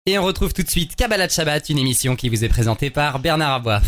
Et on retrouve tout de suite Kabbalat Shabbat, une émission qui vous est présentée par Bernard Aboif.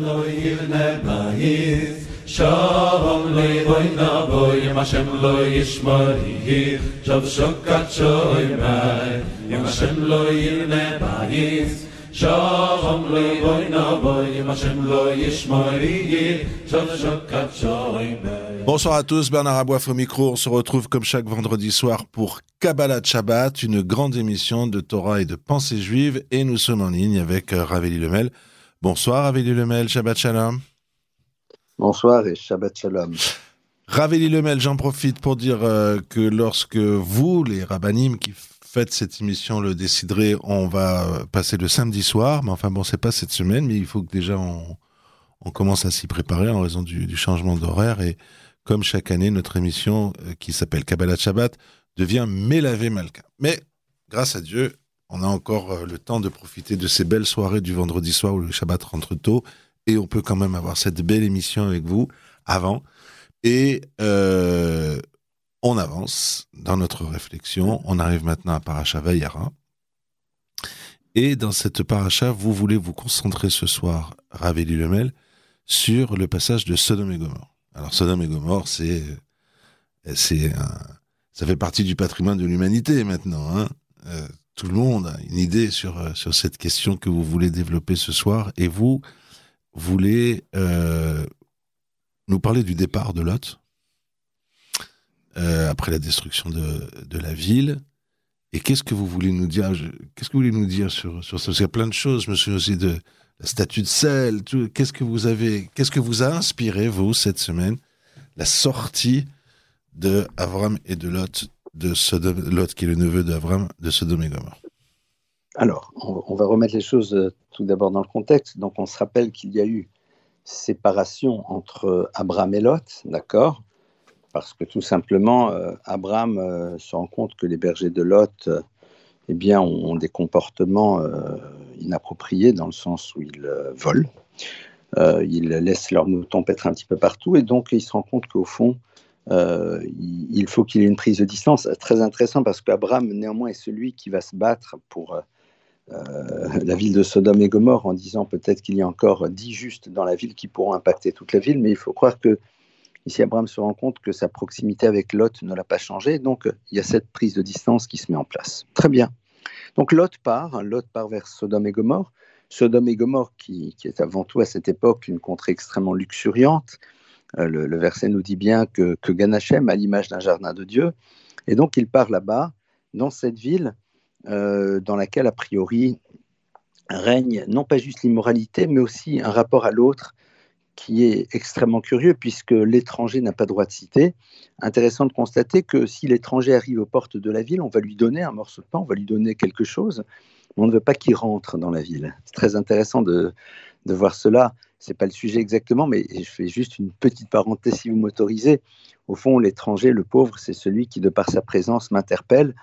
Bonsoir à tous, Bernard Aboif au micro. On se retrouve comme chaque vendredi soir pour Kabbalat Shabbat, une grande émission de Torah et de pensée juive. Et nous sommes en ligne avec Raveli Lemel. Bonsoir Raveli Lemel, Shabbat Shalom. Bonsoir et Shabbat Shalom. Raveli Lemel, j'en profite pour dire que lorsque vous, les rabbinim qui faites cette émission, le déciderez, on va passer le samedi soir. Mais enfin bon, c'est pas cette semaine, mais il faut que déjà on commence à s'y préparer en raison du changement d'horaire. Et comme chaque année, notre émission qui s'appelle Kabbalat Shabbat devient Mélavé Malka. Mais grâce à Dieu, on a encore le temps de profiter de ces belles soirées du vendredi soir où le Shabbat rentre tôt et on peut quand même avoir cette belle émission avec vous avant. Et on avance dans notre réflexion. On arrive maintenant à Parasha Vayera. Et dans cette Parasha, vous voulez vous concentrer ce soir, Raveli Lemel, sur le passage de Sodome et Gomorrhe. Alors Sodome et Gomorrhe, ça fait partie du patrimoine de l'humanité maintenant. Hein. Tout le monde a une idée sur cette question que vous voulez développer ce soir. Et vous voulez nous parler du départ de Lot, après la destruction de la ville. Et qu'est-ce que vous voulez nous dire sur ça? Parce qu'il y a plein de choses. Je me souviens aussi de la statue de sel. Tout. Qu'est-ce que vous a inspiré, vous, cette semaine, la sortie de Avram et de Lot, Lot qui est le neveu d'Avram, de Sodome et Gomorrhe? Alors, on va remettre les choses tout d'abord dans le contexte. Donc, on se rappelle qu'il y a eu séparation entre Abraham et Lot, d'accord ? Parce que tout simplement, Abraham se rend compte que les bergers de Lot ont des comportements inappropriés dans le sens où ils volent. Ils laissent leurs moutons paître un petit peu partout et donc il se rend compte qu'au fond, il faut qu'il y ait une prise de distance. Très intéressant parce qu'Abraham, néanmoins, est celui qui va se battre pour la ville de Sodome et Gomorrhe en disant peut-être qu'il y a encore 10 justes dans la ville qui pourront impacter toute la ville, mais il faut croire que ici, Abraham se rend compte que sa proximité avec Lot ne l'a pas changé, donc il y a cette prise de distance qui se met en place. Très bien. Donc Lot part vers Sodome et Gomorrhe. Sodome et Gomorrhe qui est avant tout à cette époque une contrée extrêmement luxuriante. Le verset nous dit bien que Gan Hachem a l'image d'un jardin de Dieu. Et donc il part là-bas, dans cette ville, dans laquelle a priori règne non pas juste l'immoralité, mais aussi un rapport à l'autre qui est extrêmement curieux puisque l'étranger n'a pas droit de cité. Intéressant de constater que si l'étranger arrive aux portes de la ville, on va lui donner un morceau de pain, on va lui donner quelque chose, mais on ne veut pas qu'il rentre dans la ville. C'est très intéressant de voir cela. Ce n'est pas le sujet exactement, mais je fais juste une petite parenthèse si vous m'autorisez. Au fond, l'étranger, le pauvre, c'est celui qui, de par sa présence, m'interpelle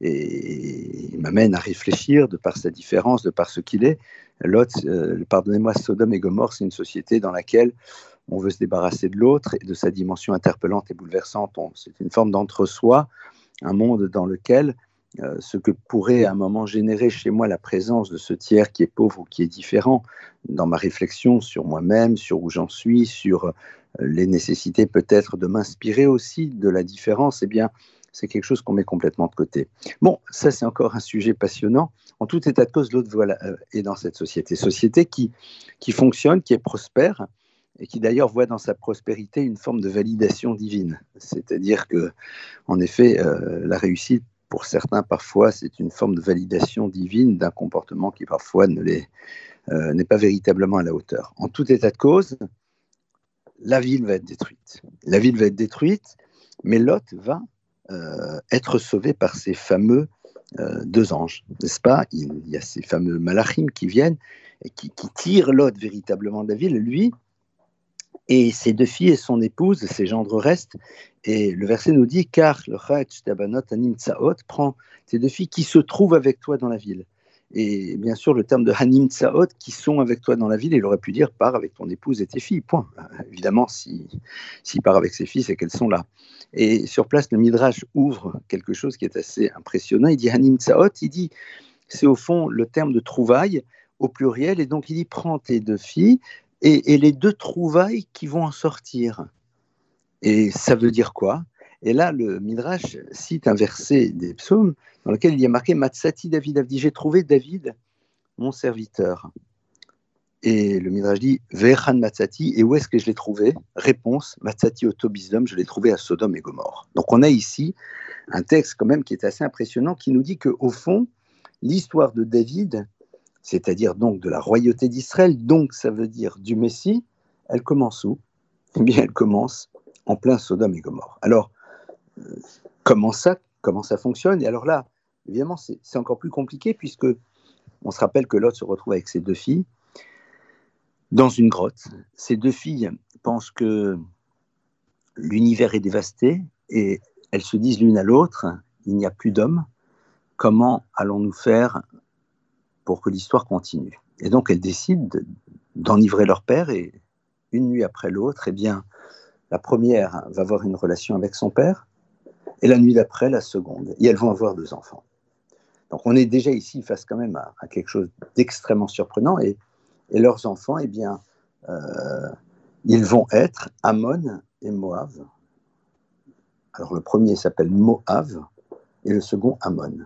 et m'amène à réfléchir de par sa différence, de par ce qu'il est. Lot, pardonnez-moi, Sodome et Gomorrhe, c'est une société dans laquelle on veut se débarrasser de l'autre et de sa dimension interpellante et bouleversante. C'est une forme d'entre-soi, un monde dans lequel ce que pourrait à un moment générer chez moi la présence de ce tiers qui est pauvre ou qui est différent, dans ma réflexion sur moi-même, sur où j'en suis, sur les nécessités peut-être de m'inspirer aussi de la différence, eh bien, c'est quelque chose qu'on met complètement de côté. Bon, ça c'est encore un sujet passionnant. En tout état de cause, l'autre est dans cette société qui fonctionne, qui est prospère, et qui d'ailleurs voit dans sa prospérité une forme de validation divine. C'est-à-dire que, en effet, la réussite, pour certains, parfois, c'est une forme de validation divine d'un comportement qui parfois n'est pas véritablement à la hauteur. En tout état de cause, la ville va être détruite. La ville va être détruite, mais Lot va être sauvé par ces fameux 2 anges, n'est-ce pas ? Il y a ces fameux malachim qui viennent et qui tirent Lot véritablement de la ville, lui et ses 2 filles et son épouse, ses gendres restent. Et le verset nous dit car le Chayt Shtabanot Anim Tsaot prend tes 2 filles qui se trouvent avec toi dans la ville. Et bien sûr, le terme de Hanim Tsaot, qui sont avec toi dans la ville, il aurait pu dire pars avec ton épouse et tes filles, point. Évidemment, s'il part avec ses filles, c'est qu'elles sont là. Et sur place, le Midrash ouvre quelque chose qui est assez impressionnant. Il dit Hanim Tsaot, il dit c'est au fond le terme de trouvailles au pluriel, et donc il dit prends tes 2 filles et les 2 trouvailles qui vont en sortir. Et ça veut dire quoi? Et là, le Midrash cite un verset des psaumes dans lequel il y a marqué Matsati David Avdi, j'ai trouvé David, mon serviteur. Et le Midrash dit Ve'echan Matsati, et où est-ce que je l'ai trouvé? Réponse Matsati Otobisdom, je l'ai trouvé à Sodome et Gomorre. Donc on a ici un texte quand même qui est assez impressionnant, qui nous dit qu'au fond, l'histoire de David, c'est-à-dire donc de la royauté d'Israël, donc ça veut dire du Messie, elle commence où? Eh bien, elle commence en plein Sodome et Gomorre. Alors, comment ça fonctionne? Et alors là, évidemment, c'est encore plus compliqué, puisque on se rappelle que Lot se retrouve avec ses 2 filles dans une grotte. Ces 2 filles pensent que l'univers est dévasté, et elles se disent l'une à l'autre, il n'y a plus d'hommes, comment allons-nous faire pour que l'histoire continue? Et donc elles décident d'enivrer leur père, et une nuit après l'autre, eh bien, la première va avoir une relation avec son père, et la nuit d'après, la seconde. Et elles vont avoir 2 enfants. Donc on est déjà ici face quand même à quelque chose d'extrêmement surprenant, et leurs enfants, eh bien, ils vont être Ammon et Moab. Alors le premier s'appelle Moab, et le second Ammon.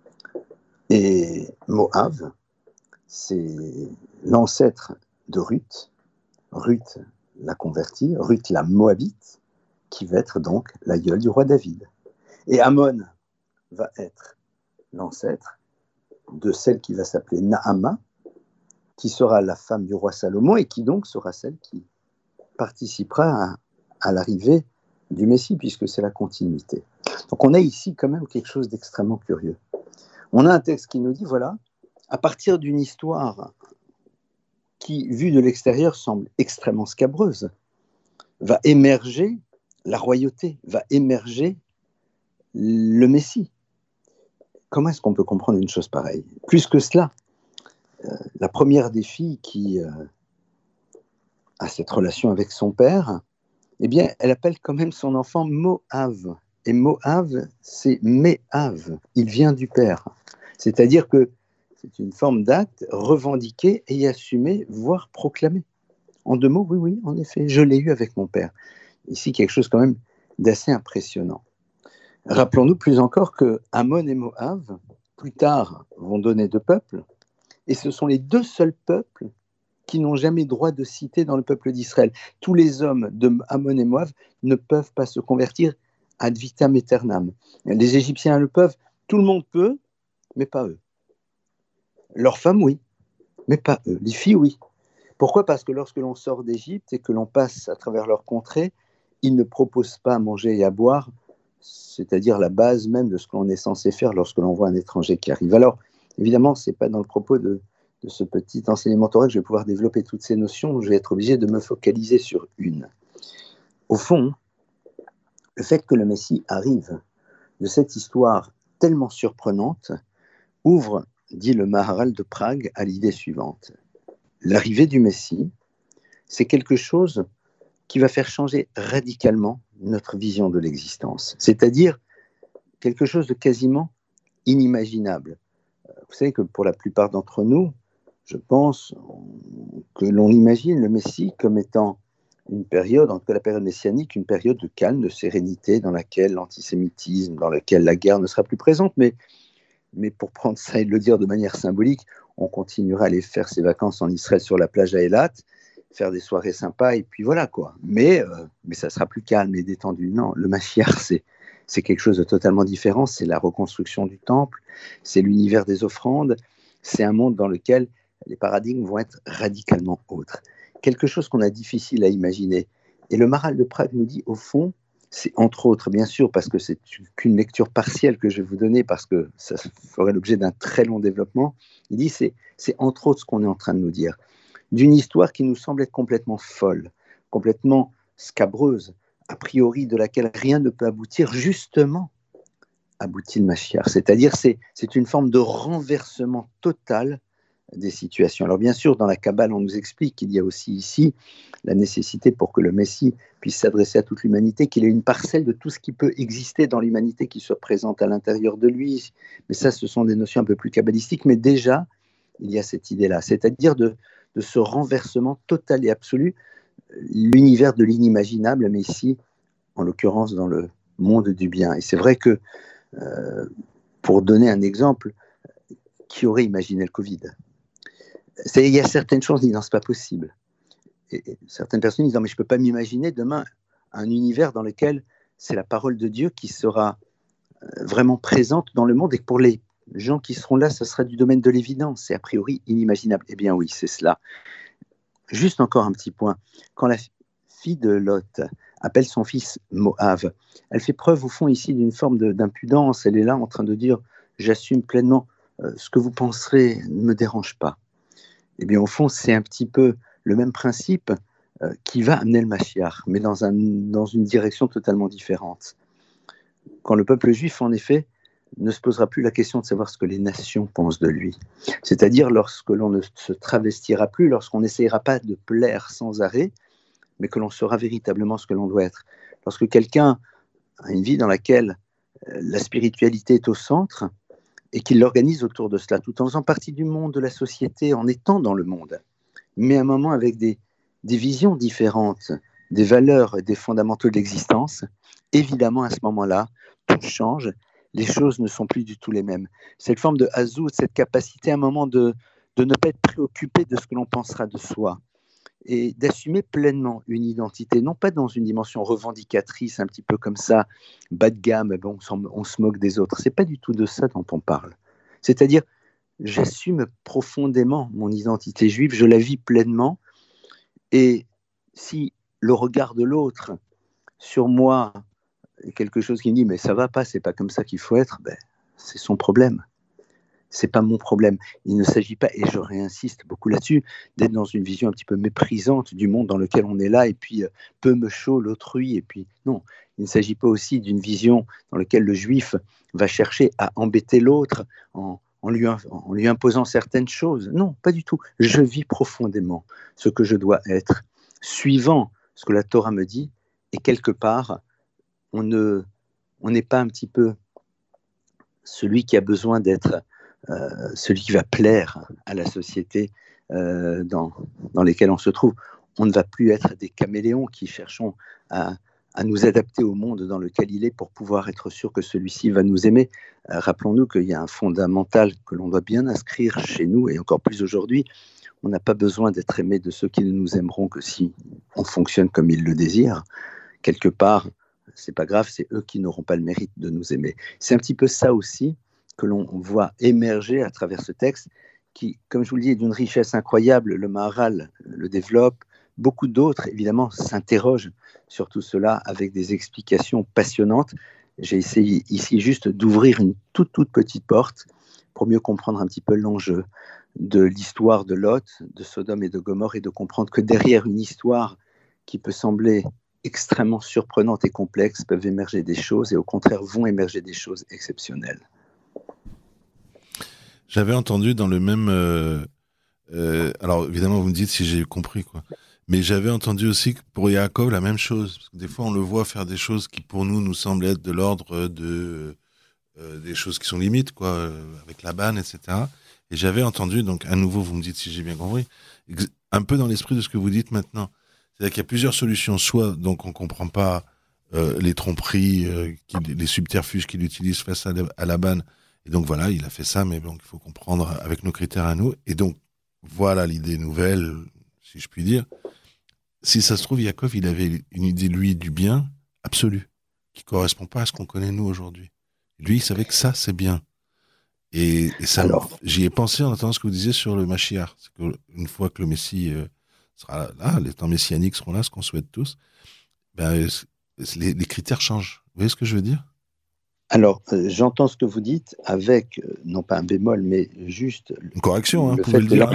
Et Moab, c'est l'ancêtre de Ruth. Ruth la convertie, Ruth la Moabite, qui va être donc l'aïeul du roi David. Et Ammon va être l'ancêtre de celle qui va s'appeler Naama, qui sera la femme du roi Salomon, et qui donc sera celle qui participera à l'arrivée du Messie, puisque c'est la continuité. Donc on a ici quand même quelque chose d'extrêmement curieux. On a un texte qui nous dit, voilà, à partir d'une histoire qui, vue de l'extérieur, semble extrêmement scabreuse, va émerger la royauté, va émerger le Messie. Comment est-ce qu'on peut comprendre une chose pareille? Plus que cela, la première des filles qui a cette relation avec son père, eh bien, elle appelle quand même son enfant Moav. Et Moav, c'est Méav, il vient du père. C'est-à-dire que c'est une forme d'acte revendiqué et assumé, voire proclamé. En 2 mots, oui, en effet, je l'ai eu avec mon père. Ici, quelque chose quand même d'assez impressionnant. Rappelons-nous plus encore que Ammon et Moab, plus tard, vont donner 2 peuples, et ce sont les 2 seuls peuples qui n'ont jamais droit de cité dans le peuple d'Israël. Tous les hommes de Ammon et Moab ne peuvent pas se convertir ad vitam aeternam. Les Égyptiens le peuvent, tout le monde peut, mais pas eux. Leurs femmes, oui, mais pas eux. Les filles, oui. Pourquoi? Parce que lorsque l'on sort d'Égypte et que l'on passe à travers leur contrée, ils ne proposent pas à manger et à boire, c'est-à-dire la base même de ce que l'on est censé faire lorsque l'on voit un étranger qui arrive. Alors, évidemment, ce n'est pas dans le propos de ce petit enseignement torah que je vais pouvoir développer toutes ces notions. Je vais être obligé de me focaliser sur une. Au fond, le fait que le Messie arrive de cette histoire tellement surprenante ouvre, dit le Maharal de Prague, à l'idée suivante. L'arrivée du Messie, c'est quelque chose qui va faire changer radicalement notre vision de l'existence, c'est-à-dire quelque chose de quasiment inimaginable. Vous savez que pour la plupart d'entre nous, je pense que l'on imagine le Messie comme étant une période, en tout cas la période messianique, une période de calme, de sérénité, dans laquelle l'antisémitisme, dans laquelle la guerre ne sera plus présente, mais pour prendre ça et le dire de manière symbolique, on continuera à aller faire ses vacances en Israël sur la plage à Eilat, faire des soirées sympas, et puis voilà quoi. Mais ça sera plus calme et détendu. Non, le Mashiach, c'est quelque chose de totalement différent. C'est la reconstruction du temple, c'est l'univers des offrandes, c'est un monde dans lequel les paradigmes vont être radicalement autres. Quelque chose qu'on a difficile à imaginer. Et le Maharal de Prague nous dit, au fond, c'est entre autres, bien sûr, parce que c'est qu'une lecture partielle que je vais vous donner, parce que ça ferait l'objet d'un très long développement. Il dit, c'est entre autres ce qu'on est en train de nous dire. D'une histoire qui nous semble être complètement folle, complètement scabreuse, a priori de laquelle rien ne peut aboutir, justement, aboutit le Mashiach. C'est-à-dire, c'est une forme de renversement total des situations. Alors bien sûr, dans la Kabbale, on nous explique qu'il y a aussi ici la nécessité pour que le Messie puisse s'adresser à toute l'humanité, qu'il ait une parcelle de tout ce qui peut exister dans l'humanité qui soit présente à l'intérieur de lui. Mais ça, ce sont des notions un peu plus kabbalistiques, mais déjà, il y a cette idée-là, c'est-à-dire de ce renversement total et absolu, l'univers de l'inimaginable, mais ici, en l'occurrence, dans le monde du bien. Et c'est vrai que, pour donner un exemple, qui aurait imaginé le Covid ? Il y a certaines choses qui disent non, c'est pas possible. Et certaines personnes disent non, mais je ne peux pas m'imaginer demain un univers dans lequel c'est la parole de Dieu qui sera vraiment présente dans le monde et que pour les gens qui seront là, ça sera du domaine de l'évidence. C'est a priori inimaginable. Eh bien oui, c'est cela. Juste encore un petit point. Quand la fille de Lot appelle son fils Moab, elle fait preuve au fond ici d'une forme d'impudence. Elle est là en train de dire j'assume pleinement ce que vous penserez ne me dérange pas. Eh bien au fond, c'est un petit peu le même principe qui va amener le Mashiach, mais dans une direction totalement différente. Quand le peuple juif, en effet, ne se posera plus la question de savoir ce que les nations pensent de lui. C'est-à-dire lorsque l'on ne se travestira plus, lorsqu'on n'essayera pas de plaire sans arrêt, mais que l'on sera véritablement ce que l'on doit être. Lorsque quelqu'un a une vie dans laquelle la spiritualité est au centre et qu'il l'organise autour de cela, tout en faisant partie du monde, de la société, en étant dans le monde, mais à un moment avec des visions différentes, des valeurs, des fondamentaux de l'existence, évidemment à ce moment-là, tout change. Les choses ne sont plus du tout les mêmes. Cette forme de hazout, cette capacité à un moment de ne pas être préoccupé de ce que l'on pensera de soi et d'assumer pleinement une identité, non pas dans une dimension revendicatrice, un petit peu comme ça, bas de gamme, bon, on se moque des autres. C'est pas du tout de ça dont on parle. C'est-à-dire, j'assume profondément mon identité juive, je la vis pleinement, et si le regard de l'autre sur moi quelque chose qui me dit mais ça va pas, c'est pas comme ça qu'il faut être, c'est son problème, c'est pas mon problème. Il ne s'agit pas, et je réinsiste beaucoup là-dessus, d'être dans une vision un petit peu méprisante du monde dans lequel on est là et puis peu me chaud l'autrui, et puis non, il ne s'agit pas aussi d'une vision dans laquelle le juif va chercher à embêter l'autre en lui imposant certaines choses. Non, pas du tout. Je vis profondément ce que je dois être, suivant ce que la Torah me dit, et quelque part on n'est pas un petit peu celui qui a besoin d'être celui qui va plaire à la société dans lesquelles on se trouve. On ne va plus être des caméléons qui cherchons à nous adapter au monde dans lequel il est pour pouvoir être sûr que celui-ci va nous aimer. Rappelons-nous qu'il y a un fondamental que l'on doit bien inscrire chez nous, et encore plus aujourd'hui. On n'a pas besoin d'être aimé de ceux qui ne nous aimeront que si on fonctionne comme ils le désirent. Quelque part, c'est pas grave, c'est eux qui n'auront pas le mérite de nous aimer. C'est un petit peu ça aussi que l'on voit émerger à travers ce texte, qui, comme je vous le dis, est d'une richesse incroyable. Le Maharal le développe. Beaucoup d'autres, évidemment, s'interrogent sur tout cela avec des explications passionnantes. J'ai essayé ici juste d'ouvrir une toute petite porte pour mieux comprendre un petit peu l'enjeu de l'histoire de Lot, de Sodome et de Gomorrhe, et de comprendre que derrière une histoire qui peut sembler extrêmement surprenantes et complexes peuvent émerger des choses, et au contraire vont émerger des choses exceptionnelles. J'avais entendu dans le même... alors évidemment vous me dites si j'ai compris, quoi. Mais j'avais entendu aussi que pour Yaakov la même chose. Parce que des fois on le voit faire des choses qui pour nous semblent être de l'ordre de des choses qui sont limites, quoi, avec Laban, etc. Et j'avais entendu, donc à nouveau vous me dites si j'ai bien compris, un peu dans l'esprit de ce que vous dites maintenant. C'est-à-dire qu'il y a plusieurs solutions. Soit donc on comprend pas les tromperies, les subterfuges qu'il utilise face à Laban. Et donc voilà, il a fait ça, mais donc il faut comprendre avec nos critères à nous. Et donc voilà l'idée nouvelle, si je puis dire. Si ça se trouve, Yaakov, il avait une idée, lui, du bien absolu, qui correspond pas à ce qu'on connaît nous aujourd'hui. Lui, il savait que ça, c'est bien. Et ça, j'y ai pensé en entendant ce que vous disiez sur le Mashiach. C'est qu'une fois que le Messie sera là, les temps messianiques seront là, ce qu'on souhaite tous, les critères changent. Vous voyez ce que je veux dire ? Alors, j'entends ce que vous dites avec, non pas un bémol, mais juste... Une correction, vous pouvez le dire.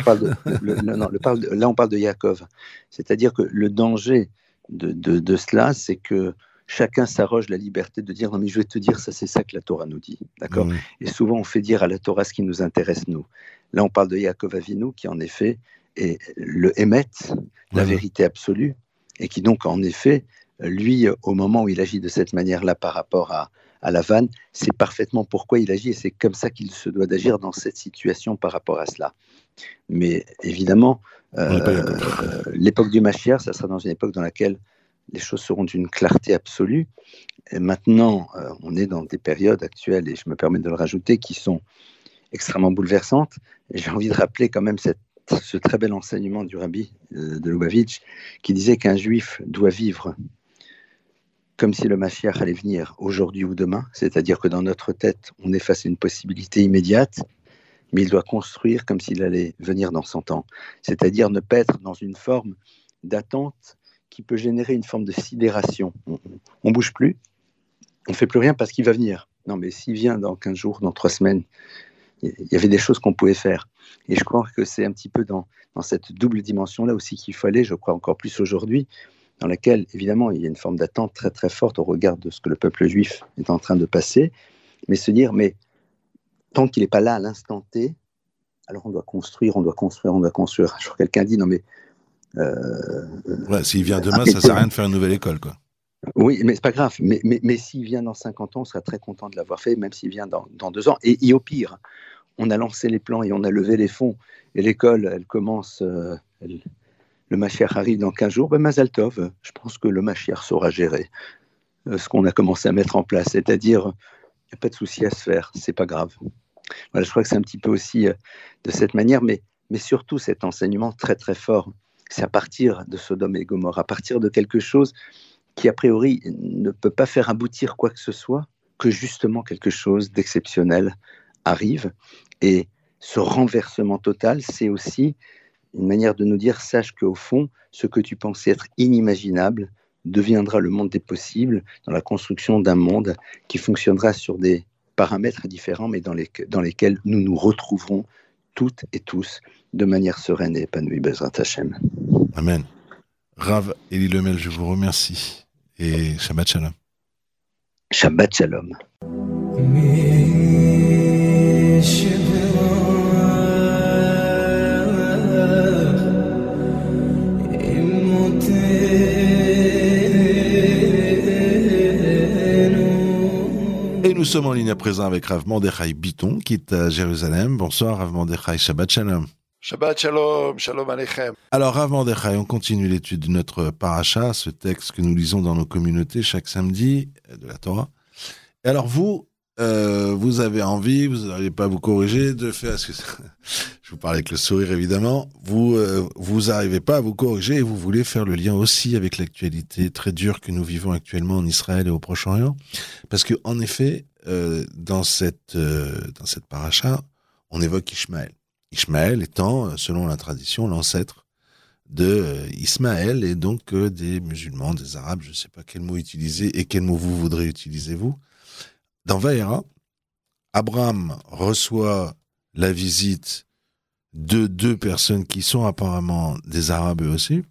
Là, on parle de Yaakov. C'est-à-dire que le danger de cela, c'est que chacun s'arroge la liberté de dire non mais je vais te dire ça, c'est ça que la Torah nous dit, d'accord. Et souvent on fait dire à la Torah ce qui nous intéresse nous. Là on parle de Yaakov Avinu qui en effet est le Emet, la vérité absolue, et qui donc en effet lui au moment où il agit de cette manière-là par rapport à la vanne, c'est parfaitement pourquoi il agit et c'est comme ça qu'il se doit d'agir dans cette situation par rapport à cela. Mais évidemment, l'époque du Mashiach, ça sera dans une époque dans laquelle les choses seront d'une clarté absolue. Et maintenant, on est dans des périodes actuelles, et je me permets de le rajouter, qui sont extrêmement bouleversantes. Et j'ai envie de rappeler quand même ce très bel enseignement du rabbi de Lubavitch, qui disait qu'un juif doit vivre comme si le Mashiach allait venir aujourd'hui ou demain, c'est-à-dire que dans notre tête, on est face à une possibilité immédiate, mais il doit construire comme s'il allait venir dans 100 ans, c'est-à-dire ne pas être dans une forme d'attente qui peut générer une forme de sidération. On ne bouge plus, on ne fait plus rien parce qu'il va venir. Non, mais s'il vient dans 15 jours, dans 3 semaines, il y avait des choses qu'on pouvait faire. Et je crois que c'est un petit peu dans cette double dimension-là aussi qu'il faut aller, je crois encore plus aujourd'hui, dans laquelle, évidemment, il y a une forme d'attente très très forte au regard de ce que le peuple juif est en train de passer, mais se dire, mais tant qu'il n'est pas là à l'instant T, alors on doit construire. Je crois que quelqu'un dit, non mais... s'il vient demain, ça ne sert à rien de faire une nouvelle école, quoi. Oui, mais c'est pas grave. Mais s'il vient dans 50 ans, on sera très content de l'avoir fait, même s'il vient dans 2 ans. Et au pire, on a lancé les plans et on a levé les fonds, et l'école, elle commence... le Mashiach arrive dans 15 jours, Mazal Tov, je pense que le Mashiach saura gérer ce qu'on a commencé à mettre en place, c'est-à-dire, il n'y a pas de souci à se faire, c'est pas grave. Voilà, je crois que c'est un petit peu aussi de cette manière, mais surtout cet enseignement très très fort, c'est à partir de Sodome et Gomorrhe, à partir de quelque chose qui a priori ne peut pas faire aboutir quoi que ce soit, que justement quelque chose d'exceptionnel arrive, et ce renversement total, c'est aussi une manière de nous dire, sache qu'au fond, ce que tu pensais être inimaginable deviendra le monde des possibles dans la construction d'un monde qui fonctionnera sur des paramètres différents, mais dans lesquels nous nous retrouverons toutes et tous de manière sereine et épanouie. Bezrat Hashem. Amen. Rav Eli Lemel, je vous remercie. Et Shabbat Shalom. Shabbat Shalom. Et nous sommes en ligne à présent avec Rav Mordechai Bitton, qui est à Jérusalem. Bonsoir Rav Mordechai, Shabbat Shalom. Shabbat Shalom, Shalom Aleichem. Alors Rav Mordechai, on continue l'étude de notre paracha, ce texte que nous lisons dans nos communautés chaque samedi de la Torah. Et alors vous avez envie, vous n'arrivez pas à vous corriger, de faire... Je vous parle avec le sourire évidemment. Vous n'arrivez pas à vous corriger et vous voulez faire le lien aussi avec l'actualité très dure que nous vivons actuellement en Israël et au Proche-Orient. Parce que en effet, dans cette paracha, on évoque Ishmaël. Ishmaël étant, selon la tradition, l'ancêtre de Ismaël et donc des musulmans, des arabes, je ne sais pas quel mot utiliser et quel mot vous voudrez utiliser vous. Dans Vaïra, Abraham reçoit la visite de 2 personnes qui sont apparemment des arabes eux aussi,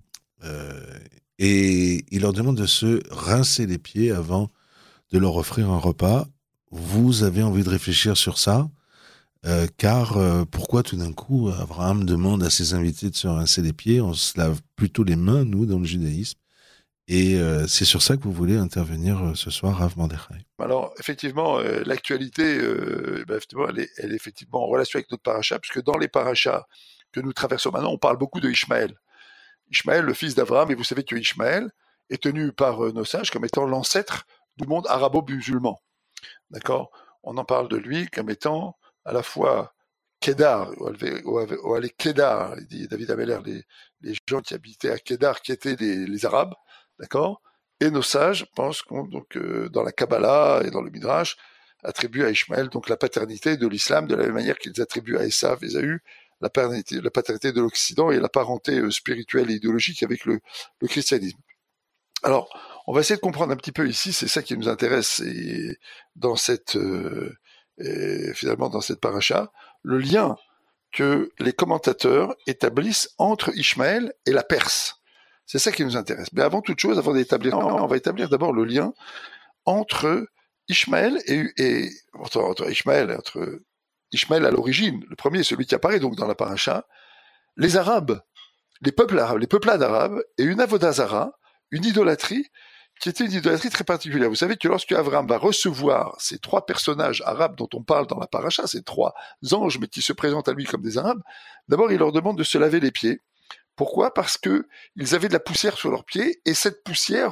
et il leur demande de se rincer les pieds avant de leur offrir un repas. Vous avez envie de réfléchir sur ça, car pourquoi tout d'un coup Abraham demande à ses invités de se rincer les pieds? On se lave plutôt les mains, nous, dans le judaïsme. Et c'est sur ça que vous voulez intervenir ce soir, Rav Mordechai. Alors, effectivement, l'actualité, effectivement, elle est effectivement en relation avec notre paracha, puisque dans les parachas que nous traversons maintenant, on parle beaucoup de Ishmaël. Ishmaël, le fils d'Abraham, et vous savez que Ishmaël est tenu par nos sages comme étant l'ancêtre du monde arabo-musulman. D'accord? On en parle de lui comme étant à la fois Kédar, ou allez Kédar, dit David Ameller, les gens qui habitaient à Kédar, qui étaient les Arabes, d'accord? Et nos sages pensent donc dans la Kabbalah et dans le Midrash attribuent à Ishmaël donc la paternité de l'islam de la même manière qu'ils attribuent à Esav, Ésaü, la paternité de l'Occident et la parenté spirituelle et idéologique avec le christianisme. Alors, on va essayer de comprendre un petit peu ici, c'est ça qui nous intéresse et dans finalement dans cette paracha, le lien que les commentateurs établissent entre Ishmaël et la Perse. C'est ça qui nous intéresse. Mais avant toute chose, avant d'établir, on va établir d'abord le lien entre Ishmaël entre Ishmaël à l'origine, le premier, celui qui apparaît donc dans la paracha, les Arabes, les peuplades arabes, et une avodazara, une idolâtrie, qui était une idolâtrie très particulière. Vous savez que lorsque Abraham va recevoir ces 3 personnages arabes dont on parle dans la paracha, ces 3 anges, mais qui se présentent à lui comme des Arabes, d'abord il leur demande de se laver les pieds. Pourquoi ? Parce que ils avaient de la poussière sur leurs pieds, et cette poussière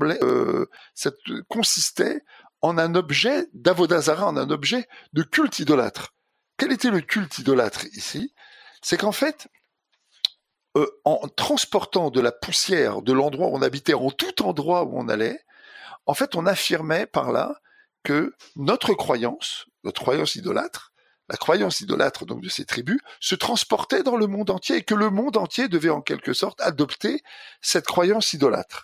consistait en un objet d'avodazara, en un objet de culte idolâtre. Quel était le culte idolâtre ici ? C'est qu'en fait, en transportant de la poussière de l'endroit où on habitait en tout endroit où on allait, en fait, on affirmait par là que notre croyance idolâtre, la croyance idolâtre donc de ces tribus, se transportait dans le monde entier et que le monde entier devait en quelque sorte adopter cette croyance idolâtre.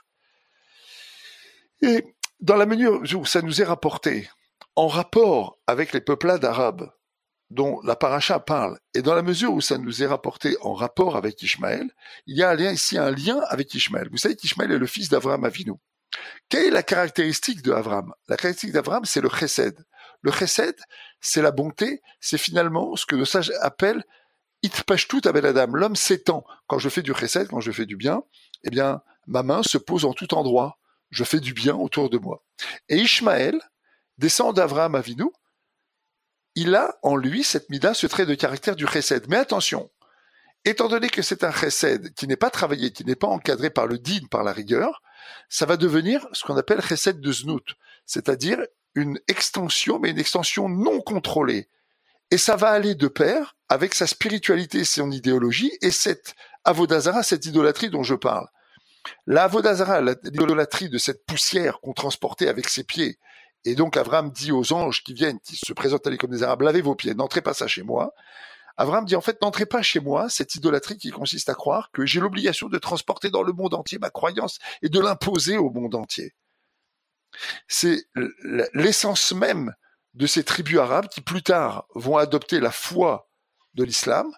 Et dans la mesure où ça nous est rapporté en rapport avec les peuplades arabes dont la paracha parle, et dans la mesure où ça nous est rapporté en rapport avec Ishmaël, il y a un lien avec Ishmaël. Vous savez qu'Ishmaël est le fils d'Avraham Avinu. Quelle est la caractéristique de Avraham ? La caractéristique d'Avraham, c'est le chesed. Le chesed, c'est la bonté, c'est finalement ce que nos sages appellent itpashtut aben adam, l'homme s'étend. Quand je fais du chesed, quand je fais du bien, eh bien, ma main se pose en tout endroit. Je fais du bien autour de moi. Et Ishmaël descend d'Avraham Avinu. Il a en lui cette mida, ce trait de caractère du chesed. Mais attention, étant donné que c'est un chesed qui n'est pas travaillé, qui n'est pas encadré par le din, par la rigueur, ça va devenir ce qu'on appelle chesed de znout, c'est-à-dire une extension, mais une extension non contrôlée. Et ça va aller de pair avec sa spiritualité, son idéologie, et cette avodazara, cette idolâtrie dont je parle. La avodazara, l'idolâtrie de cette poussière qu'on transportait avec ses pieds, et donc Abraham dit aux anges qui viennent, qui se présentent à lui comme des Arabes, lavez vos pieds, n'entrez pas ça chez moi. Abraham dit en fait, n'entrez pas chez moi, cette idolâtrie qui consiste à croire que j'ai l'obligation de transporter dans le monde entier ma croyance et de l'imposer au monde entier. C'est l'essence même de ces tribus arabes qui plus tard vont adopter la foi de l'islam,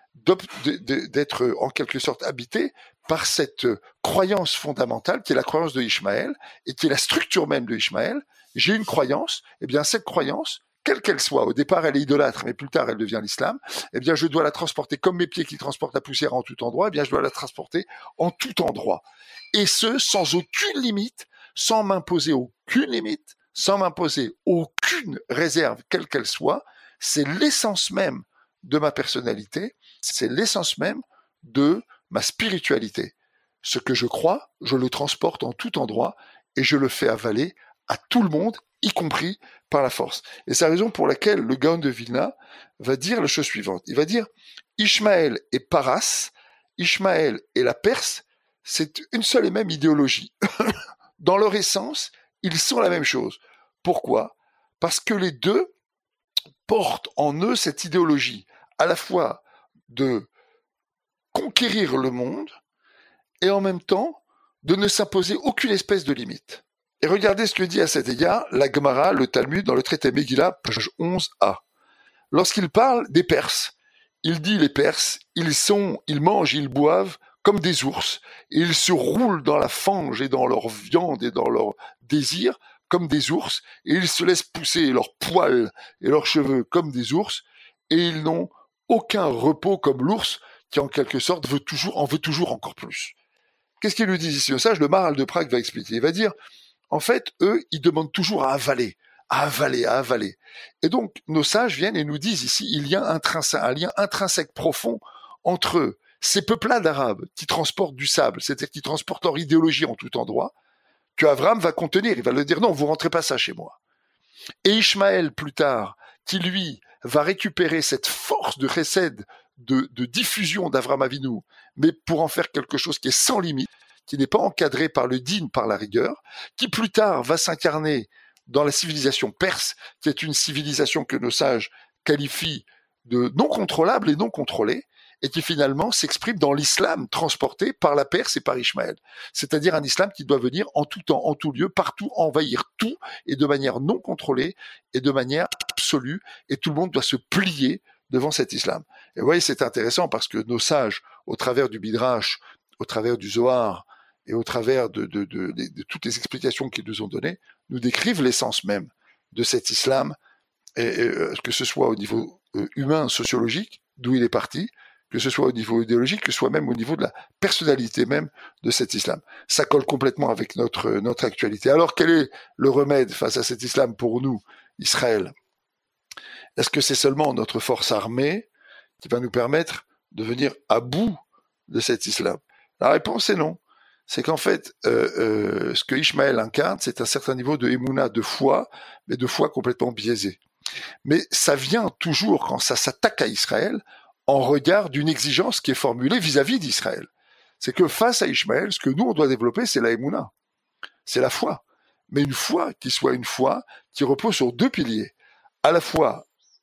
d'être en quelque sorte habitées par cette croyance fondamentale qui est la croyance de Ishmaël et qui est la structure même de Ishmaël. J'ai une croyance, et bien cette croyance, quelle qu'elle soit, au départ elle est idolâtre, mais plus tard elle devient l'islam, eh bien je dois la transporter comme mes pieds qui transportent la poussière en tout endroit, eh bien je dois la transporter en tout endroit. Et ce, sans aucune limite, sans m'imposer aucune limite, sans m'imposer aucune réserve, quelle qu'elle soit. C'est l'essence même de ma personnalité, c'est l'essence même de ma spiritualité. Ce que je crois, je le transporte en tout endroit et je le fais avaler à tout le monde, y compris par la force. Et c'est la raison pour laquelle le Gaon de Vilna va dire la chose suivante. Il va dire Ishmaël et Paras, Ishmaël et la Perse, c'est une seule et même idéologie. Dans leur essence, ils sont la même chose. Pourquoi ? Parce que les deux portent en eux cette idéologie, à la fois de conquérir le monde et en même temps de ne s'imposer aucune espèce de limite. Et regardez ce que dit à cet égard la Gemara, le Talmud, dans le traité Megillah, page 11a. Lorsqu'il parle des Perses, il dit les Perses, ils mangent, ils boivent comme des ours, et ils se roulent dans la fange et dans leur viande et dans leur désir comme des ours, et ils se laissent pousser leurs poils et leurs cheveux comme des ours, et ils n'ont aucun repos comme l'ours qui en quelque sorte en veut toujours encore plus. Qu'est-ce qu'il nous dit ici ? Le sage, le Maharal de Prague va expliquer. Il va dire, en fait, eux, ils demandent toujours à avaler. Et donc, nos sages viennent et nous disent ici, il y a un lien intrinsèque profond entre ces peuplades arabes qui transportent du sable, c'est-à-dire qui transportent leur idéologie en tout endroit, que Abraham va contenir. Il va leur dire, non, vous rentrez pas ça chez moi. Et Ishmaël, plus tard, qui lui va récupérer cette force de chesed, de diffusion d'Avraham Avinu, mais pour en faire quelque chose qui est sans limite, qui n'est pas encadré par le din, par la rigueur, qui plus tard va s'incarner dans la civilisation perse, qui est une civilisation que nos sages qualifient de non contrôlable et non contrôlée, et qui finalement s'exprime dans l'islam transporté par la Perse et par Ishmaël. C'est-à-dire un islam qui doit venir en tout temps, en tout lieu, partout, envahir tout, et de manière non contrôlée, et de manière absolue, et tout le monde doit se plier devant cet islam. Et vous voyez, c'est intéressant parce que nos sages, au travers du Midrash, au travers du Zohar, et au travers de toutes les explications qu'ils nous ont données, nous décrivent l'essence même de cet islam, que ce soit au niveau humain, sociologique, d'où il est parti, que ce soit au niveau idéologique, que ce soit même au niveau de la personnalité même de cet islam. Ça colle complètement avec notre actualité. Alors, quel est le remède face à cet islam pour nous, Israël? Est-ce que c'est seulement notre force armée qui va nous permettre de venir à bout de cet islam? La réponse est non. C'est qu'en fait, ce que Ishmaël incarne, c'est un certain niveau de émouna, de foi, mais de foi complètement biaisée. Mais ça vient toujours, quand ça s'attaque à Israël, en regard d'une exigence qui est formulée vis-à-vis d'Israël. C'est que face à Ishmaël, ce que nous, on doit développer, c'est la émouna. C'est la foi. Mais une foi qui soit une foi qui repose sur deux piliers. À la fois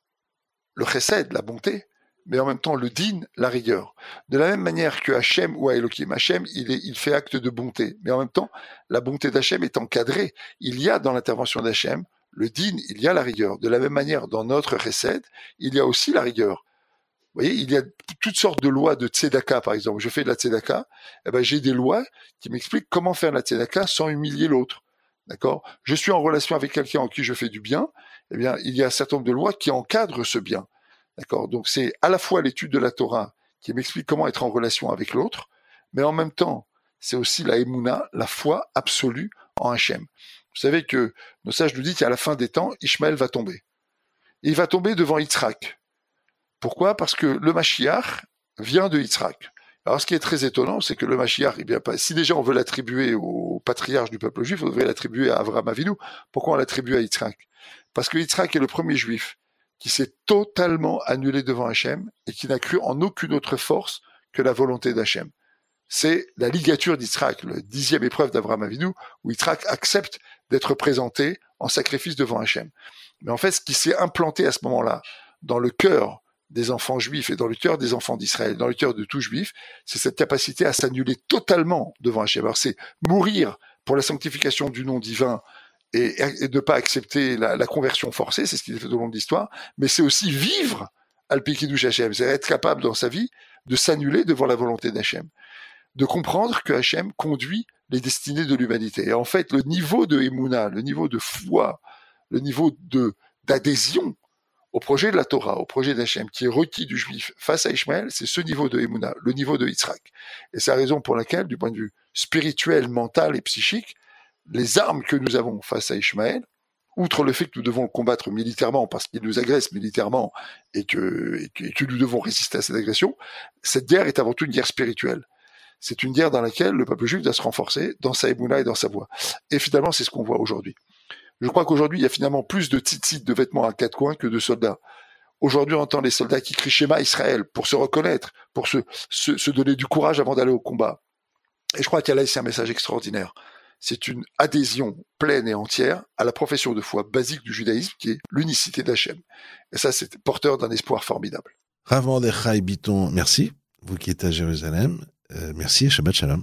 le chesed, la bonté, mais en même temps le din, la rigueur. De la même manière que Hachem ou Elohim, Hachem, il fait acte de bonté, mais en même temps, la bonté d'Hachem est encadrée. Il y a dans l'intervention d'Hachem le din, il y a la rigueur. De la même manière, dans notre chesed, il y a aussi la rigueur. Vous voyez, il y a toutes sortes de lois de tzedaka, par exemple. Je fais de la tzedaka, j'ai des lois qui m'expliquent comment faire de la tzedaka sans humilier l'autre. D'accord? Je suis en relation avec quelqu'un en qui je fais du bien, il y a un certain nombre de lois qui encadrent ce bien. D'accord? Donc c'est à la fois l'étude de la Torah qui m'explique comment être en relation avec l'autre, mais en même temps, c'est aussi la émouna, la foi absolue en Hachem. Vous savez que nos sages nous disent qu'à la fin des temps, Ishmaël va tomber. Et il va tomber devant Yitzhak. Pourquoi? Parce que le Mashiach vient de Yitzhak. Alors ce qui est très étonnant, c'est que le Mashiach, si déjà on veut l'attribuer au patriarche du peuple juif, on devrait l'attribuer à Avraham Avinu. Pourquoi on l'attribue à Yitzhak? Parce que Yitzhak est le premier juif qui s'est totalement annulé devant Hachem et qui n'a cru en aucune autre force que la volonté d'Hachem. C'est la ligature d'Yitzhak, le 10e épreuve d'Avraham Avinu, où Yitzhak accepte d'être présenté en sacrifice devant Hachem. Mais en fait, ce qui s'est implanté à ce moment-là, dans le cœur des enfants juifs et dans le cœur des enfants d'Israël, dans le cœur de tout juif, c'est cette capacité à s'annuler totalement devant Hachem. Alors c'est mourir pour la sanctification du nom divin et ne pas accepter la conversion forcée, c'est ce qu'il a fait tout au long de l'histoire, mais c'est aussi vivre al-pi kiddush Hachem, c'est être capable dans sa vie de s'annuler devant la volonté d'Hachem, de comprendre que Hachem conduit les destinées de l'humanité. Et en fait, le niveau de émouna, le niveau de foi, le niveau d'adhésion au projet de la Torah, au projet d'Hachem, qui est requis du juif face à Ishmaël, c'est ce niveau de émouna, le niveau de Yitzhak. Et c'est la raison pour laquelle, du point de vue spirituel, mental et psychique, les armes que nous avons face à Ishmaël, outre le fait que nous devons le combattre militairement parce qu'il nous agresse militairement et que nous devons résister à cette agression, cette guerre est avant tout une guerre spirituelle. C'est une guerre dans laquelle le peuple juif doit se renforcer dans sa émouna et dans sa voie. Et finalement, c'est ce qu'on voit aujourd'hui. Je crois qu'aujourd'hui, il y a finalement plus de tzitzit, de vêtements à quatre coins que de soldats. Aujourd'hui, on entend les soldats qui crient Shema Israël pour se reconnaître, pour se donner du courage avant d'aller au combat. Et je crois qu'il y a là ici un message extraordinaire. C'est une adhésion pleine et entière à la profession de foi basique du judaïsme qui est l'unicité d'Hachem. Et ça, c'est porteur d'un espoir formidable. Rav Mordechai Bitton, merci. Vous qui êtes à Jérusalem, merci et Shabbat Shalom.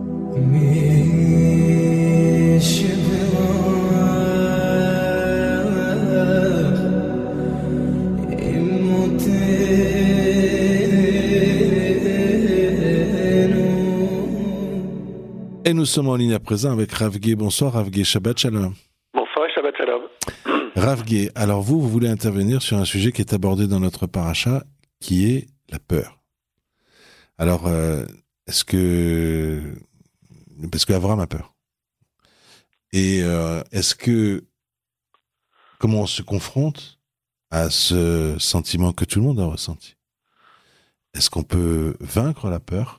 Et nous sommes en ligne à présent avec Rav Gué. Bonsoir Rav Gué, Shabbat Shalom. Bonsoir et Shabbat Shalom. Rav Gué, alors vous voulez intervenir sur un sujet qui est abordé dans notre paracha, qui est la peur. Alors, parce qu'Abraham a peur. Et comment on se confronte à ce sentiment que tout le monde a ressenti? Est-ce qu'on peut vaincre la peur?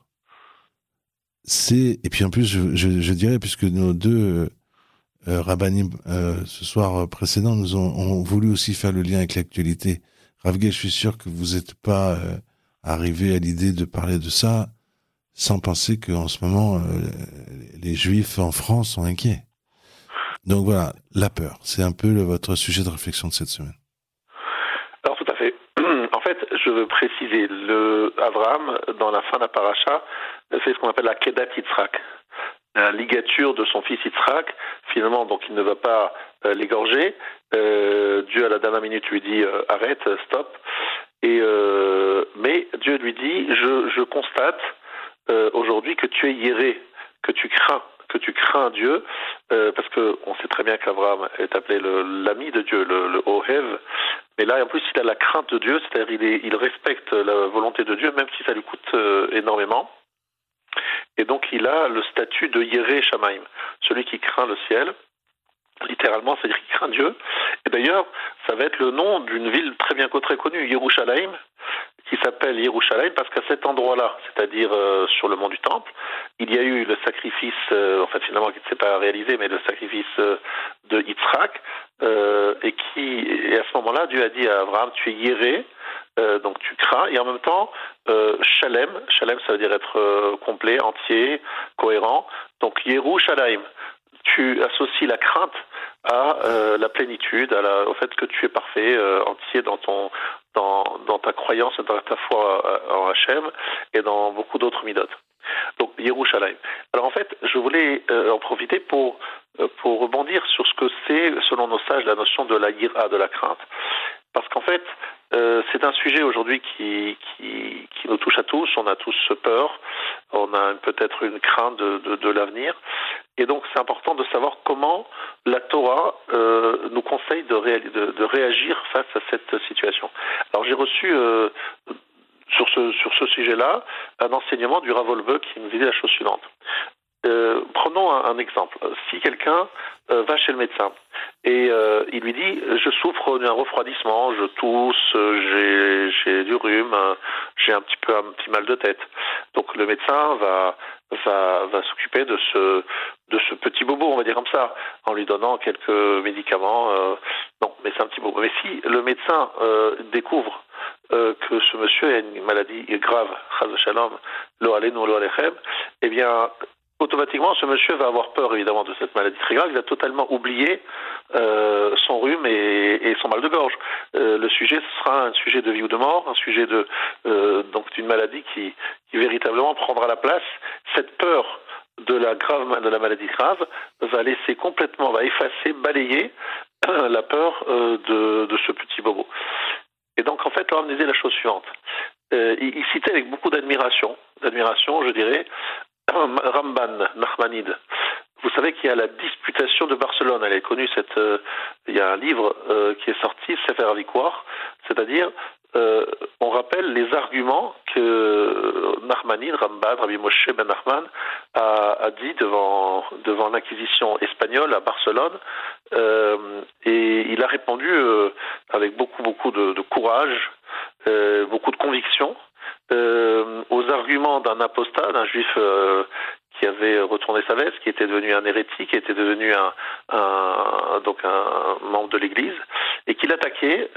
Et puis en plus, je dirais, puisque nos deux rabbinim ce soir précédent nous ont voulu aussi faire le lien avec l'actualité. Rav Gué, je suis sûr que vous n'êtes pas arrivé à l'idée de parler de ça sans penser qu'en ce moment, les Juifs en France sont inquiets. Donc voilà, la peur, c'est un peu votre sujet de réflexion de cette semaine. Alors tout à fait. En fait, je veux préciser, Abraham, dans la fin de la paracha, fait ce qu'on appelle la Kedat Yitzhak, la ligature de son fils Yitzhak. Finalement, donc il ne va pas l'égorger. Dieu, à la dernière minute, lui dit arrête, stop. Mais Dieu lui dit je constate aujourd'hui que tu es yéré, que tu crains Dieu, parce que on sait très bien qu'Abraham est appelé l'ami de Dieu, le Ohev, mais là en plus il a la crainte de Dieu, c'est-à-dire il respecte la volonté de Dieu, même si ça lui coûte énormément. Et donc il a le statut de Yéré Shamaim, celui qui craint le ciel. Littéralement, c'est-à-dire qu'il craint Dieu. Et d'ailleurs, ça va être le nom d'une ville très bien très connue, Yerushalayim, qui s'appelle Yerushalayim parce qu'à cet endroit-là, c'est-à-dire sur le mont du Temple, il y a eu le sacrifice, finalement qui ne s'est pas réalisé, mais le sacrifice de Yitzhak, et à ce moment-là, Dieu a dit à Abraham, tu es Yéré, donc tu crains, et en même temps, Shalem, ça veut dire être complet, entier, cohérent, donc Yerushalayim. Tu associes la crainte à la plénitude, au fait que tu es parfait, entier dans ta croyance, dans ta foi en Hachem et dans beaucoup d'autres midotes. Donc Yerushalayim. Alors en fait, je voulais en profiter pour rebondir sur ce que c'est, selon nos sages, la notion de la yira, de la crainte. Parce qu'en fait, c'est un sujet aujourd'hui qui nous touche à tous. On a tous peur, on a peut-être une crainte de l'avenir. Et donc, c'est important de savoir comment la Torah nous conseille de réagir face à cette situation. Alors, j'ai reçu sur ce sujet-là un enseignement du Rav Wolbe qui nous disait la chose suivante. Prenons un exemple. Si quelqu'un va chez le médecin et il lui dit « je souffre d'un refroidissement, je tousse, j'ai du rhume, j'ai un petit mal de tête ». Donc le médecin va s'occuper de ce petit bobo, on va dire comme ça, en lui donnant quelques médicaments. Non, mais c'est un petit bobo. Mais si le médecin découvre que ce monsieur a une maladie grave, chas v'shalom, lo aleinu lo alechem, eh bien automatiquement, ce monsieur va avoir peur, évidemment, de cette maladie très grave. Il va totalement oublier son rhume et son mal de gorge. Le sujet, ce sera un sujet de vie ou de mort, un sujet donc d'une maladie qui véritablement prendra la place. Cette peur de la maladie grave va effacer, balayer la peur de ce petit bobo. Et donc, en fait, l'homme disait la chose suivante. Il citait avec beaucoup d'admiration, je dirais, Ramban, Nachmanide. Vous savez qu'il y a la disputation de Barcelone. Elle est connue, il y a un livre qui est sorti, Sefer Avikouar, c'est-à-dire on rappelle les arguments que Nachmanide, Ramban, Rabbi Moshe ben Nachman a dit devant l'inquisition espagnole à Barcelone, et il a répondu avec beaucoup de courage, beaucoup de conviction, aux arguments d'un apostat, d'un juif qui avait retourné sa veste, qui était devenu un hérétique, qui était devenu un membre de l'Église, et qu'il attaquait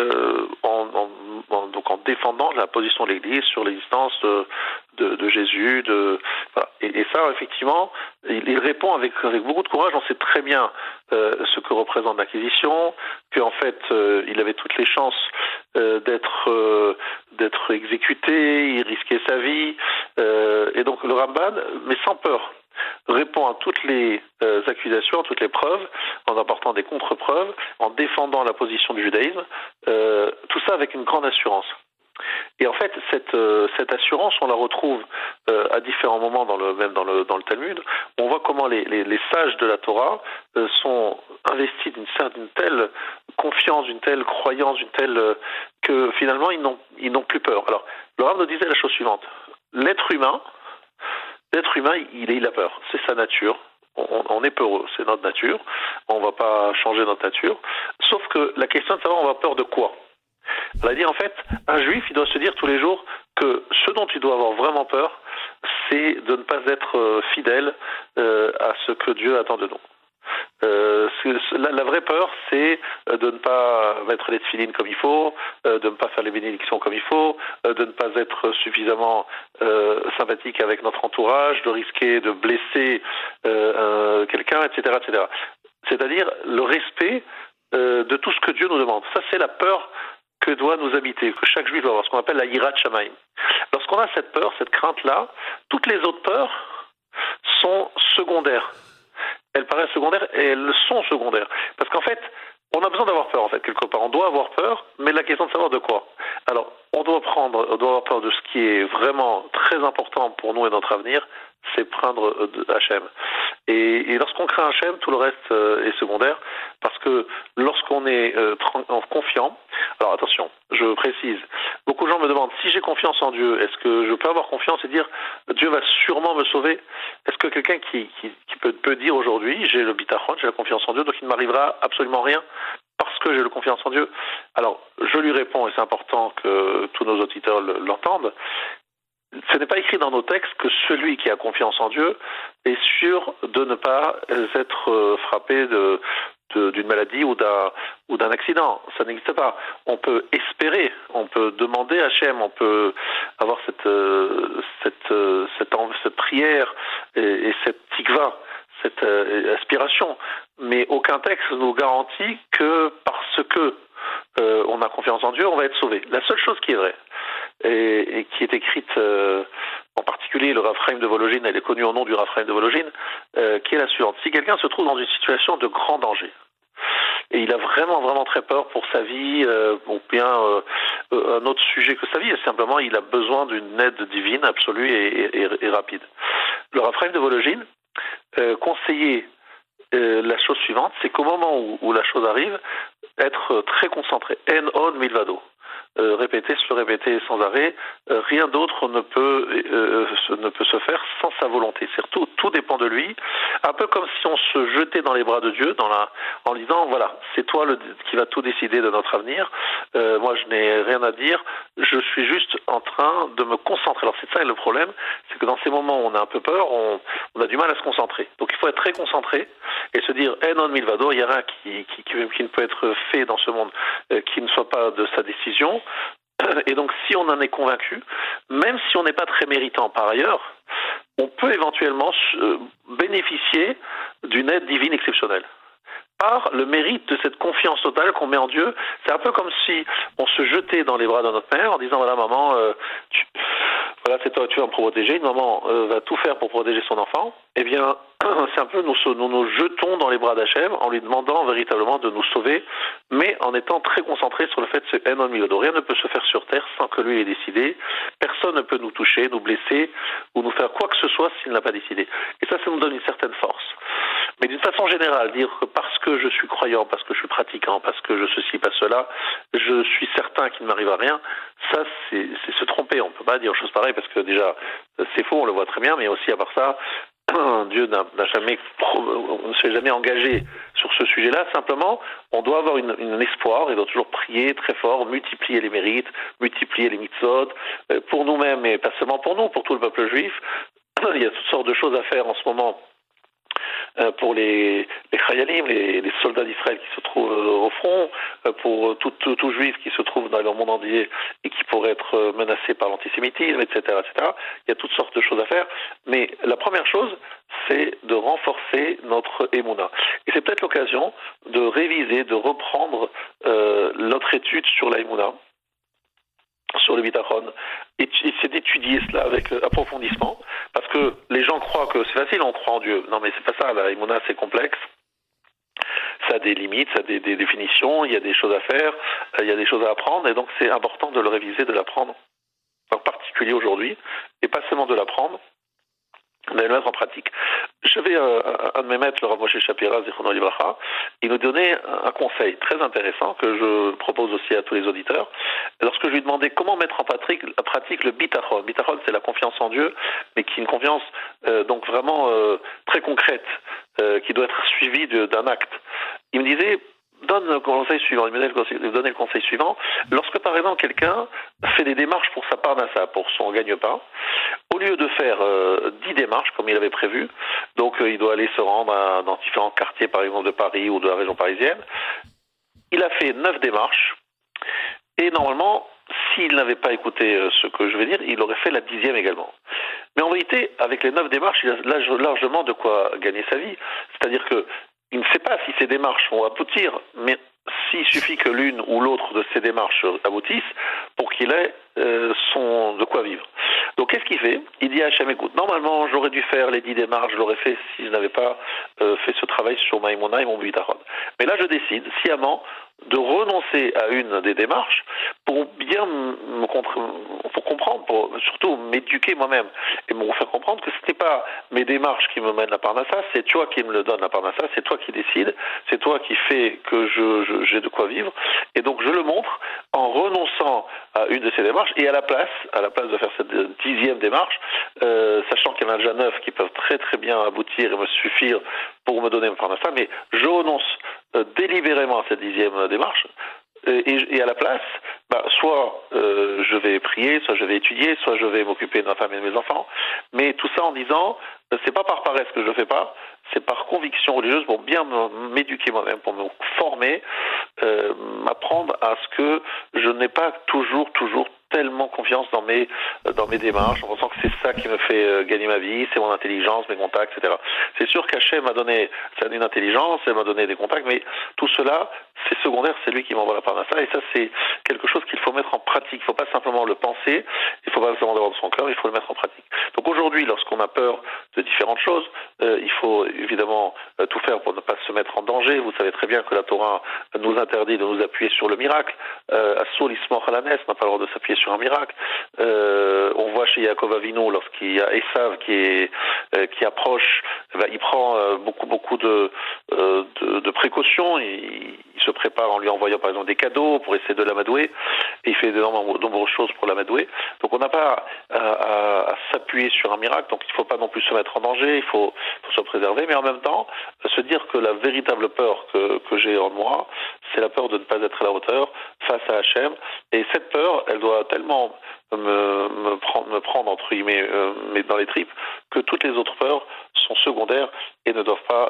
en défendant la position de l'Église sur l'existence de Jésus. Voilà. Et ça, effectivement, il répond avec beaucoup de courage. On sait très bien ce que représente l'Inquisition, qu'en fait, il avait toutes les chances d'être exécuté, il risquait sa vie, et donc le Ramban, mais sans peur, répond à toutes les accusations, à toutes les preuves, en apportant des contre-preuves, en défendant la position du judaïsme, tout ça avec une grande assurance. Et en fait, cette assurance, on la retrouve à différents moments dans le Talmud. On voit comment les sages de la Torah sont investis d'une telle confiance, d'une telle croyance, que finalement ils n'ont plus peur. Alors, le Rav nous disait la chose suivante. L'être humain, il a peur. C'est sa nature. On est peureux. C'est notre nature. On ne va pas changer notre nature. Sauf que la question de savoir on va peur de quoi. On a dit en fait, un juif, il doit se dire tous les jours que ce dont il doit avoir vraiment peur, c'est de ne pas être fidèle à ce que Dieu attend de nous. La vraie peur, c'est de ne pas mettre les tefilines comme il faut, de ne pas faire les bénédictions comme il faut, de ne pas être suffisamment sympathique avec notre entourage, de risquer de blesser quelqu'un, etc., etc. C'est-à-dire le respect de tout ce que Dieu nous demande. Ça, c'est la peur que doit nous habiter, que chaque juif doit avoir, ce qu'on appelle la yirat shamayim. Lorsqu'on a cette peur, cette crainte-là, toutes les autres peurs sont secondaires. Elles paraissent secondaires et elles sont secondaires. Parce qu'en fait, on a besoin d'avoir peur, en fait, quelque part. On doit avoir peur, mais la question de savoir de quoi. Alors, on doit avoir peur de ce qui est vraiment très important pour nous et notre avenir, c'est prendre Hachem. Et lorsqu'on crée Hachem, tout le reste est secondaire, parce que lorsqu'on est confiant, alors attention, je précise, beaucoup de gens me demandent, si j'ai confiance en Dieu, est-ce que je peux avoir confiance et dire, Dieu va sûrement me sauver? Est-ce que quelqu'un qui peut dire aujourd'hui, j'ai le bitachon, j'ai la confiance en Dieu, donc il ne m'arrivera absolument rien parce que j'ai la confiance en Dieu? Alors, je lui réponds, et c'est important que tous nos auditeurs l'entendent, ce n'est pas écrit dans nos textes que celui qui a confiance en Dieu est sûr de ne pas être frappé d'une maladie ou d'un accident. Ça n'existe pas. On peut espérer, on peut demander à Hachem, on peut avoir cette prière et cette tikva, cette aspiration. Mais aucun texte nous garantit que parce que on a confiance en Dieu, on va être sauvé. La seule chose qui est vraie, et qui est écrite en particulier, le Rav Chaim de Vologine, elle est connue au nom du Rav Chaim de Vologine, qui est la suivante. Si quelqu'un se trouve dans une situation de grand danger, et il a vraiment, vraiment très peur pour sa vie, ou bien un autre sujet que sa vie, simplement il a besoin d'une aide divine absolue et rapide. Le Rav Chaim de Vologine conseillait la chose suivante, c'est qu'au moment où la chose arrive, être très concentré. En od milvado. Répéter, se le répéter sans arrêt. Rien d'autre ne peut se faire sans sa volonté. Surtout, tout dépend de lui. Un peu comme si on se jetait dans les bras de Dieu, en disant voilà, c'est toi qui va tout décider de notre avenir. Moi, je n'ai rien à dire. Je suis juste en train de me concentrer. Alors c'est ça le problème, c'est que dans ces moments où on a un peu peur, on a du mal à se concentrer. Donc il faut être très concentré et se dire en on milvado, il y a rien qui ne peut être fait dans ce monde qui ne soit pas de sa décision. Et donc si on en est convaincu, même si on n'est pas très méritant par ailleurs, on peut éventuellement bénéficier d'une aide divine exceptionnelle. Par le mérite de cette confiance totale qu'on met en Dieu. C'est un peu comme si on se jetait dans les bras de notre mère en disant voilà maman, voilà c'est toi, tu vas me protéger, une maman va tout faire pour protéger son enfant. Eh bien c'est un peu nous jetons dans les bras d'Hachem en lui demandant véritablement de nous sauver, mais en étant très concentré sur le fait que c'est un milado. Rien ne peut se faire sur terre sans que lui ait décidé. Personne ne peut nous toucher, nous blesser ou nous faire quoi que ce soit s'il n'a pas décidé. Et ça nous donne une certaine force. Mais d'une façon générale, dire que parce que je suis croyant, parce que je suis pratiquant, parce que je ceci, pas cela, je suis certain qu'il ne m'arrivera rien, ça c'est se tromper. On ne peut pas dire une chose pareille parce que déjà c'est faux, on le voit très bien, mais aussi à part ça, Dieu ne s'est jamais engagé sur ce sujet-là. Simplement, on doit avoir un espoir, il doit toujours prier très fort, multiplier les mérites, multiplier les mitzvot, pour nous-mêmes et pas seulement pour nous, pour tout le peuple juif. Il y a toutes sortes de choses à faire en ce moment pour les Chayalim, les soldats d'Israël qui se trouvent au front, pour tout juif qui se trouve dans le monde entier et qui pourrait être menacé par l'antisémitisme, etc., etc. Il y a toutes sortes de choses à faire, mais la première chose, c'est de renforcer notre émouna. Et c'est peut-être l'occasion de réviser, de reprendre notre étude sur la émouna, sur le bitachon, et c'est d'étudier cela avec approfondissement, parce que les gens croient que c'est facile, on croit en Dieu. Non mais c'est pas ça, la émouna c'est complexe, ça a des limites, ça a des définitions, il y a des choses à faire, il y a des choses à apprendre, et donc c'est important de le réviser, de l'apprendre, en particulier aujourd'hui, et pas seulement de l'apprendre, de le mettre en pratique. Je vais, un de mes maîtres, le Rav Moshe Shapira, Zichrono Livracha, il nous donnait un conseil très intéressant que je propose aussi à tous les auditeurs. Lorsque je lui demandais comment mettre en pratique le bitachon. Bitachon, c'est la confiance en Dieu, mais qui est une confiance donc vraiment très concrète, qui doit être suivie d'un acte. Il me disait, donne le conseil suivant. Il me donnait le conseil suivant. Lorsque, par exemple, quelqu'un fait des démarches pour sa parnassa, pour son gagne-pain, au lieu de faire 10 démarches, comme il avait prévu, donc il doit aller se rendre dans différents quartiers, par exemple, de Paris ou de la région parisienne, il a fait 9 démarches, et normalement, s'il n'avait pas écouté ce que je vais dire, il aurait fait la 10e également. Mais en vérité, avec les 9 démarches, il a largement de quoi gagner sa vie. C'est-à-dire que il ne sait pas si ces démarches vont aboutir, mais s'il suffit que l'une ou l'autre de ces démarches aboutisse pour qu'il ait de quoi vivre. Donc qu'est-ce qu'il fait? Il dit à Hachem, écoute, normalement, j'aurais dû faire les 10 démarches, je l'aurais fait si je n'avais pas fait ce travail sur ma Emouna et mon Bitachon. Mais là, je décide, sciemment, de renoncer à une des démarches pour bien pour comprendre, pour surtout m'éduquer moi-même et me faire comprendre que ce n'est pas mes démarches qui me mènent la Parnassa, c'est toi qui me le donne la Parnassa, c'est toi qui décides, c'est toi qui fais que j'ai de quoi vivre, et donc je le montre en renonçant à une de ces démarches et à la place de faire cette 10e démarche, sachant qu'il y en a déjà 9 qui peuvent très très bien aboutir et me suffire pour me donner ma Parnassa, mais je renonce délibérément à cette 10e démarche et à la place, soit je vais prier, soit je vais étudier, soit je vais m'occuper de ma femme et de mes enfants, mais tout ça en disant c'est pas par paresse que je le fais pas, c'est par conviction religieuse pour bien m'éduquer moi-même, pour me former, m'apprendre à ce que je n'ai pas toujours tellement confiance dans mes démarches, en pensant que c'est ça qui me fait gagner ma vie, c'est mon intelligence, mes contacts, etc. C'est sûr qu'Hachem m'a donné une intelligence, elle m'a donné des contacts, mais tout cela, c'est secondaire, c'est lui qui m'envoie la Parnassa, et ça, c'est quelque chose qu'il faut mettre en pratique. Il ne faut pas simplement le penser, il ne faut pas simplement l'avoir dans son cœur, il faut le mettre en pratique. Donc aujourd'hui, lorsqu'on a peur de différentes choses, il faut évidemment tout faire pour ne pas se mettre en danger. Vous savez très bien que la Torah nous interdit de nous appuyer sur le miracle. Assoul ismor halanes, on n'a pas le droit de s'appuyer sur un miracle. On voit chez Yaakov Avinu, lorsqu'il y a Esav qui approche, il prend beaucoup de précautions. Il se prépare en lui envoyant par exemple des cadeaux pour essayer de l'amadouer, et il fait de nombreuses choses pour l'amadouer. Donc on n'a pas à s'appuyer sur un miracle, donc il ne faut pas non plus se mettre en danger, il faut se préserver, mais en même temps se dire que la véritable peur que j'ai en moi, c'est la peur de ne pas être à la hauteur face à Hachem, et cette peur, elle doit tellement me prendre entre guillemets mais dans les tripes, que toutes les autres peurs sont secondaires et ne doivent pas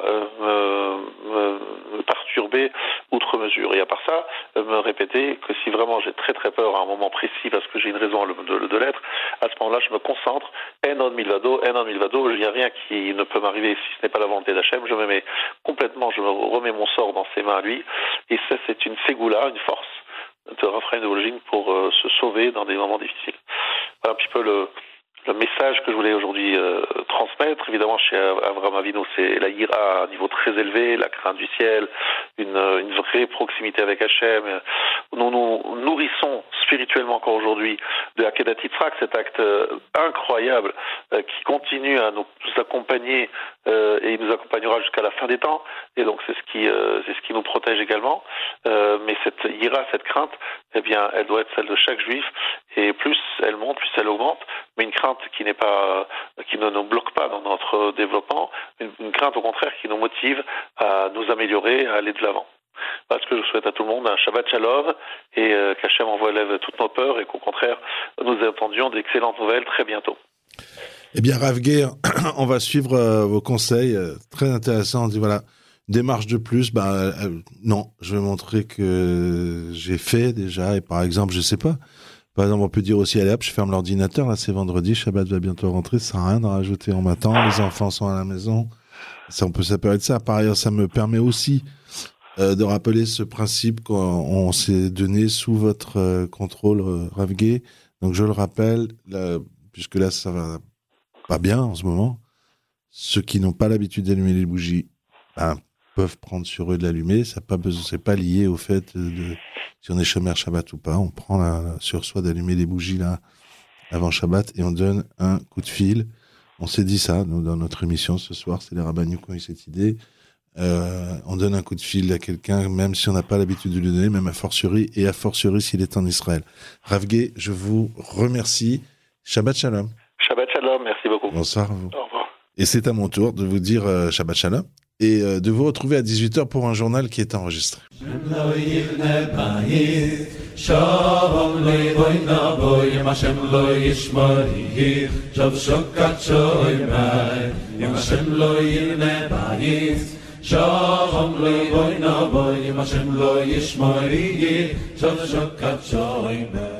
me perturber outre mesure. Et à part ça, me répéter que si vraiment j'ai très très peur à un moment précis parce que j'ai une raison de l'être, à ce moment-là je me concentre, en milvado, il n'y a rien qui ne peut m'arriver si ce n'est pas la volonté d'Hachem, je me remets mon sort dans ses mains à lui, et ça c'est une ségoula, une force de Raphaël de Volgine pour se sauver dans des moments difficiles. Voilà un petit peu le message que je voulais aujourd'hui transmettre. Évidemment, chez Avraham Avinu, c'est la yira à un niveau très élevé, la crainte du ciel, une vraie proximité avec Hachem. Nous nous nourrissons spirituellement encore aujourd'hui de Akedat Yitzhak, cet acte incroyable qui continue à nous accompagner et il nous accompagnera jusqu'à la fin des temps. Et donc c'est ce qui nous protège également. Mais cette yira, cette crainte, eh bien, elle doit être celle de chaque juif. Et plus elle monte, plus elle augmente. Mais une crainte qui ne nous bloque pas dans notre développement, une crainte au contraire qui nous motive à nous améliorer, à aller de l'avant. Voilà ce que je souhaite à tout le monde, un Shabbat Shalom, et qu'Hachem enlève toutes nos peurs, et qu'au contraire, nous attendions d'excellentes nouvelles très bientôt. Eh bien, Rav Ger, on va suivre vos conseils, très intéressants. On dit voilà, démarche de plus, non, je vais montrer que j'ai fait déjà, et par exemple, je sais pas, par exemple, on peut dire aussi, allez hop, je ferme l'ordinateur, là c'est vendredi, Shabbat va bientôt rentrer, ça sert à rien d'en rajouter en m'attendant, les enfants sont à la maison, ça, on peut s'appeler de ça. Par ailleurs, ça me permet aussi de rappeler ce principe qu'on s'est donné sous votre contrôle, Rav Ger. Donc je le rappelle, puisque là ça va pas bien en ce moment, ceux qui n'ont pas l'habitude d'allumer les bougies peuvent prendre sur eux de l'allumer, c'est pas lié au fait si on est Shomer Shabbat ou pas, on prend sur soi d'allumer les bougies là avant Shabbat et on donne un coup de fil. On s'est dit ça nous, dans notre émission ce soir, c'est les Rabbanim qui ont eu cette idée. On donne un coup de fil à quelqu'un, même si on n'a pas l'habitude de lui donner, même à fortiori s'il est en Israël. Rav Ger, je vous remercie. Shabbat Shalom. Shabbat Shalom, merci beaucoup. Bonsoir à vous. Au revoir. Et c'est à mon tour de vous dire Shabbat Shalom et de vous retrouver à 18h pour un journal qui est enregistré. Shalom loy boy na boy, Hashem lo yishmari, Shalom shokkat shoyim.